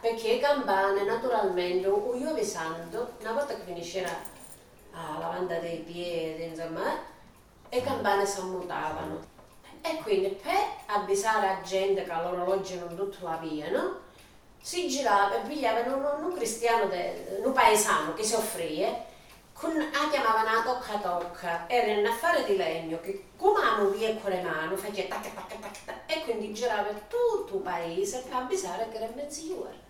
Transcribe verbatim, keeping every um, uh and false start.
perché le campane naturalmente, o Juove Santo, una volta che finisce la, la lavanda dei piedi, insomma, le campane si ammutavano. E quindi per avvisare la gente che l'orologio non tutto la via, no? Si girava e pigliavano un, un cristiano, de, un paesano che si offrì, con, la chiamavano la tocca tocca, era un affare di legno che come via con le mani faceva tacca tacca tacca e quindi girava tutto il paese per avvisare che era mezz'ora.